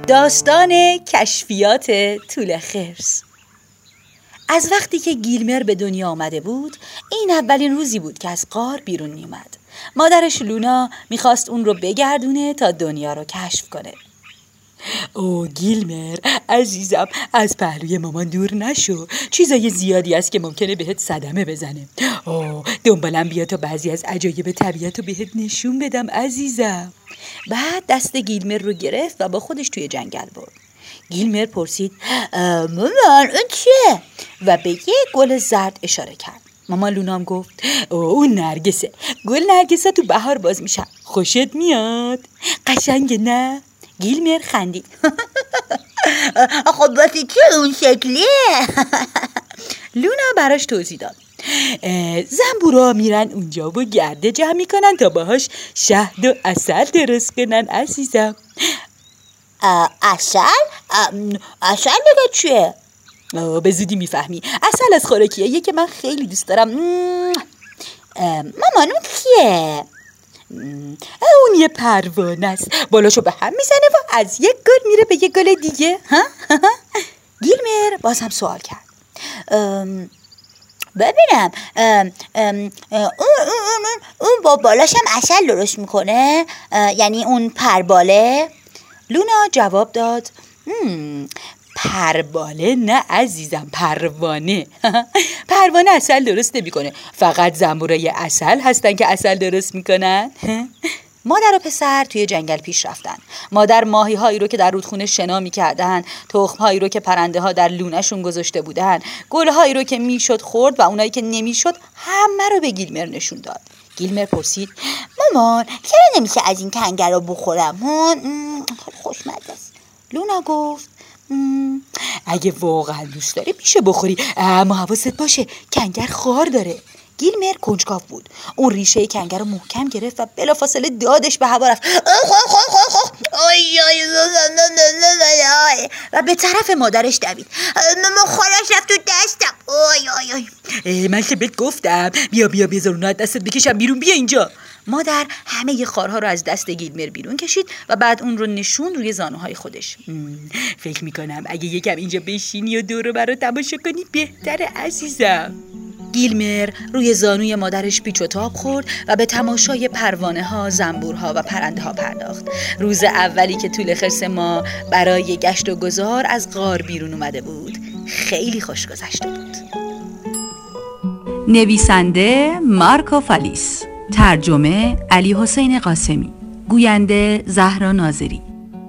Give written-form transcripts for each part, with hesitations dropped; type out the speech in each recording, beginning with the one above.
داستان کشفیات توله خرس. از وقتی که گیلمر به دنیا آمده بود، این اولین روزی بود که از غار بیرون می اومد. مادرش لونا میخواست اون رو بگردونه تا دنیا رو کشف کنه. اوه گیلمر عزیزم، از پهلوی مامان دور نشو، چیزای زیادی است که ممکنه بهت صدمه بزنه. اوه دنبالم بیا تا بعضی از عجایب طبیعت رو بهت نشون بدم عزیزم. بعد دست گیلمر رو گرفت و با خودش توی جنگل برد. گیلمر پرسید مامان اون چیه؟ و به یه گل زرد اشاره کرد. مامان لونام گفت اون نرگسه، گل نرگسه تو بهار باز میشن، خوشت میاد؟ قشنگه نه؟ گیلمر خندید. خب واسه چه اون شکلیه؟ لونا براش توضیح داد. زنبورا میرن اونجا و گرده جمع میکنن تا باهاش شهد و عسل درست کنن عزیزم. عسل؟ عسل دیگه چیه؟ به زودی میفهمی. عسل از خوراکیه که من خیلی دوست دارم. مامان اون کیه؟ اون یه پروانه است، بالاشو به هم میزنه و از یک گل میره به یک گل دیگه. گیلمر باز هم سوال کرد. ببینم اون با بالاش هم عسل درست میکنه؟ یعنی اون پرباله؟ لونا جواب داد پرباله نه عزیزم، پروانه. پروانه عسل درست نمیکنه، فقط زنبورای عسل هستن که عسل درست میکنن. مادر و پسر توی جنگل پیش رفتن. مادر ماهی هایی رو که در رودخونه شنا میکردن، تخم هایی رو که پرنده ها در لونه‌شون گذاشته بودن، گل هایی رو که میشد خورد و اونایی که نمیشد، همه رو به گیلمر نشون داد. گیلمر پرسید مامان چرا نمیشه از این کنگر رو بخورم؟ خوشمزه است. لونا گفت اگه واقعا دوست داری میشه بخوری، اما حواست باشه کنگر خار داره. گیلمر کنجکاو بود. اون ریشه کنگر رو محکم گرفت و بلافاصله دادش به هوا رفت و به طرف مادرش دوید. خورش رفت تو دستم. من که بهت گفتم بیا بذار اونو از دستت بکشم بیرون، بیا اینجا. مادر همه خارها رو از دست گیلمر بیرون کشید و بعد اون رو نشون روی زانوهای خودش. فکر میکنم اگه یکم اینجا بشینی و دور رو برا تماشا کنی بهتره عزیزم. گیلمر روی زانوی مادرش پیچ و تاب خورد و به تماشای پروانه ها، زنبورها و پرنده ها پرداخت. روز اولی که توله خرس ما برای گشت و گذار از غار بیرون اومده بود خیلی خوش گذشته بود. نویسنده مارکو فالیس، ترجمه علی حسین قاسمی، گوینده زهرا ناظری.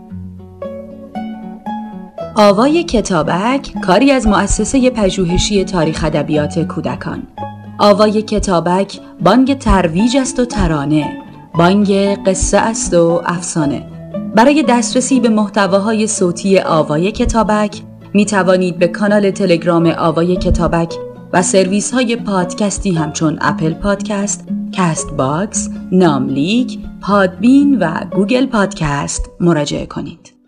آوای کتابک کاری از مؤسسه پژوهشی تاریخ ادبیات کودکان. آوای کتابک بانگ ترویج است و ترانه، بانگ قصه است و افسانه. برای دسترسی به محتواهای صوتی آوای کتابک می توانید به کانال تلگرام آوای کتابک و سرویس های پادکستی همچون اپل پادکست، کست باکس، ناملیک، پادبین و گوگل پادکست مراجعه کنید.